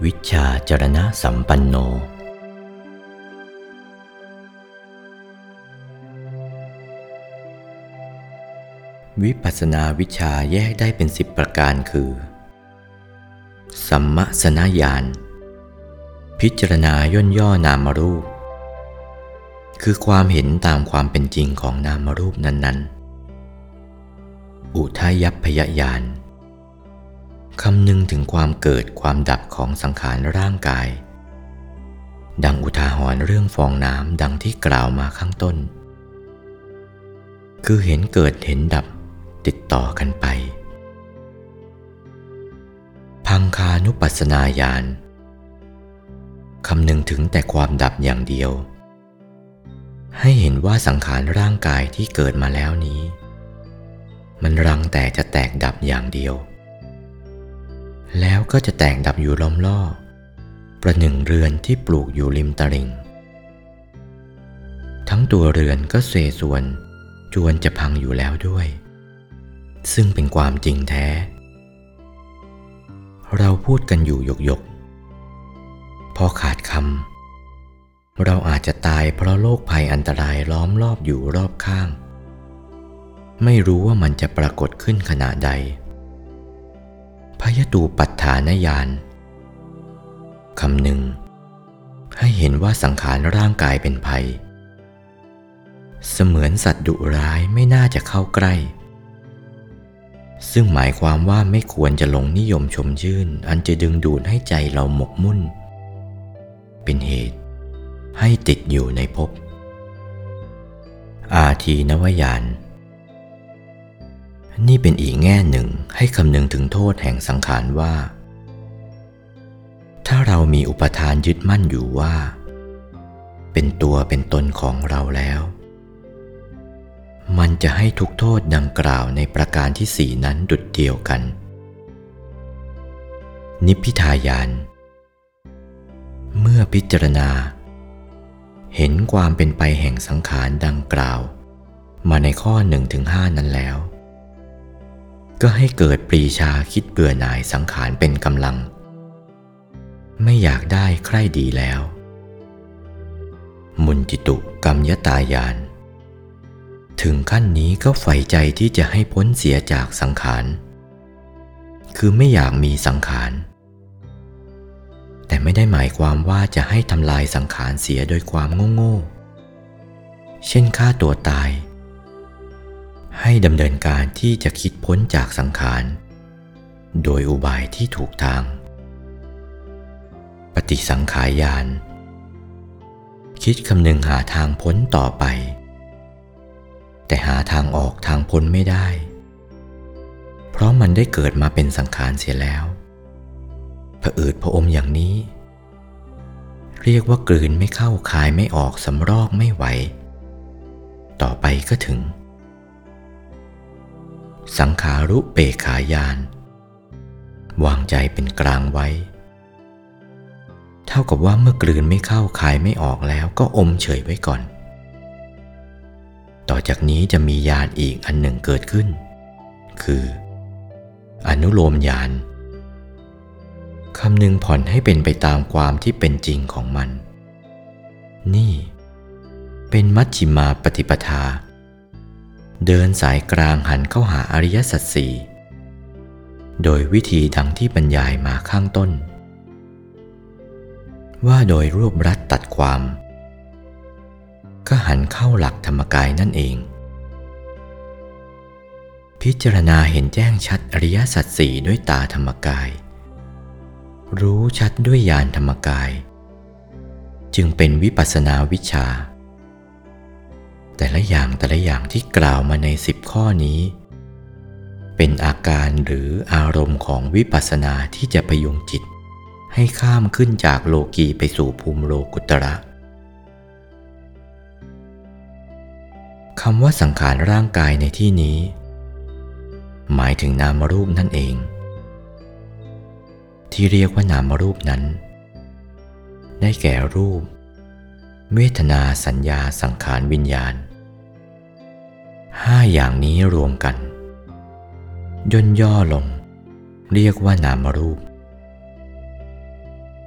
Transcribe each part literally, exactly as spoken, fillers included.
วิชชาจรณะสัมปันโนวิปัสสนาวิชาแยกได้เป็นสิบประการคือสัมมสนญาณพิจารณาย่นย่อนามรูปคือความเห็นตามความเป็นจริงของนามรูปนั้นๆอุทยัพพยญาณคำนึงถึงความเกิดความดับของสังขารร่างกายดังอุทาหรณ์เรื่องฟองน้ำดังที่กล่าวมาข้างต้นคือเห็นเกิดเห็นดับติดต่อกันไปพังคานุปัสสนาญาณคำนึงถึงแต่ความดับอย่างเดียวให้เห็นว่าสังขารร่างกายที่เกิดมาแล้วนี้มันรังแต่จะแตกดับอย่างเดียวแล้วก็จะแตกดับอยู่ล้อมล่อประหนึ่งเรือนที่ปลูกอยู่ริมตลิ่งทั้งตัวเรือนก็เสส่วนจวนจะพังอยู่แล้วด้วยซึ่งเป็นความจริงแท้เราพูดกันอยู่หยกๆพอขาดคำเราอาจจะตายเพราะโรคภัยอันตรายล้อมรอบอยู่รอบข้างไม่รู้ว่ามันจะปรากฏขึ้นขณะใดพยตูปัฏฐานญาณคำหนึ่งให้เห็นว่าสังขารร่างกายเป็นภัยเสมือนสัตว์ดุร้ายไม่น่าจะเข้าใกล้ซึ่งหมายความว่าไม่ควรจะลงนิยมชมชื่นอันจะดึงดูดให้ใจเราหมกมุ่นเป็นเหตุให้ติดอยู่ในภพอาทีนวญาณนี่เป็นอีกแง่หนึ่งให้คำนึงถึงโทษแห่งสังขารว่าถ้าเรามีอุปทานยึดมั่นอยู่ว่าเป็นตัวเป็นตนของเราแล้วมันจะให้ทุกโทษดังกล่าวในประการที่สี่นั้นดุจเดียวกันนิพพิทายานเมื่อพิจารณาเห็นความเป็นไปแห่งสังขารดังกล่าวมาในข้อหนึ่งถึงห้านั้นแล้วก็ให้เกิดปรีชาคิดเบื่อหน่ายสังขารเป็นกำลังไม่อยากได้ใคร่ดีแล้วมุนจิตุกัมยตายานถึงขั้นนี้ก็ใฝ่ใจที่จะให้พ้นเสียจากสังขารคือไม่อยากมีสังขารแต่ไม่ได้หมายความว่าจะให้ทำลายสังขารเสียโดยความโง่ๆเช่นฆ่าตัวตายให้ดำเนินการที่จะคิดพ้นจากสังขารโดยอุบายที่ถูกทางปฏิสังขายานคิดคำนึงหาทางพ้นต่อไปแต่หาทางออกทางพ้นไม่ได้เพราะมันได้เกิดมาเป็นสังขารเสียแล้วผะอืดผะอมอย่างนี้เรียกว่ากลืนไม่เข้าคายไม่ออกสำรอกไม่ไหวต่อไปก็ถึงสังขารุเปกขายานวางใจเป็นกลางไว้เท่ากับว่าเมื่อกลืนไม่เข้าคายไม่ออกแล้วก็อมเฉยไว้ก่อนต่อจากนี้จะมีญาณอีกอันหนึ่งเกิดขึ้นคืออนุโลมญาณคำนึงผ่อนให้เป็นไปตามความที่เป็นจริงของมันนี่เป็นมัชฌิมาปฏิปทาเดินสายกลางหันเข้าหาอริยสัจสี่โดยวิธีดังที่บรรยายมาข้างต้นว่าโดยรวบรัดตัดความก็หันเข้าหลักธรรมกายนั่นเองพิจารณาเห็นแจ้งชัดอริยสัจสี่ด้วยตาธรรมกายรู้ชัดด้วยญาณธรรมกายจึงเป็นวิปัสสนาวิชาแต่ละอย่างแต่ละอย่างที่กล่าวมาในสิบข้อนี้เป็นอาการหรืออารมณ์ของวิปัสสนาที่จะพยุงจิตให้ข้ามขึ้นจากโลกีไปสู่ภูมิโลกุตระคำว่าสังขารร่างกายในที่นี้หมายถึงนามรูปนั่นเองที่เรียกว่านามรูปนั้นได้แก่รูปเวทนาสัญญาสังขารวิญญาณห้าอย่างนี้รวมกันย่นย่อลงเรียกว่านามรูป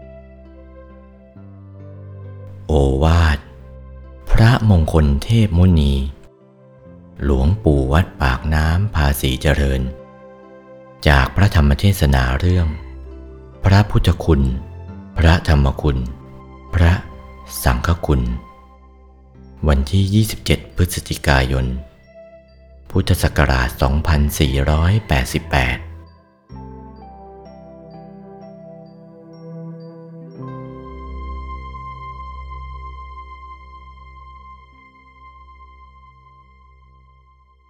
โอวาทพระมงคลเทพมุนีหลวงปู่วัดปากน้ำภาษีเจริญจากพระธรรมเทศนาเรื่อง พระพุทธคุณ พระธรรมคุณ พระสังฆคุณ วันที่ ยี่สิบเจ็ด พฤศจิกายน พุทธศักราช สองพันสี่ร้อยแปดสิบแปด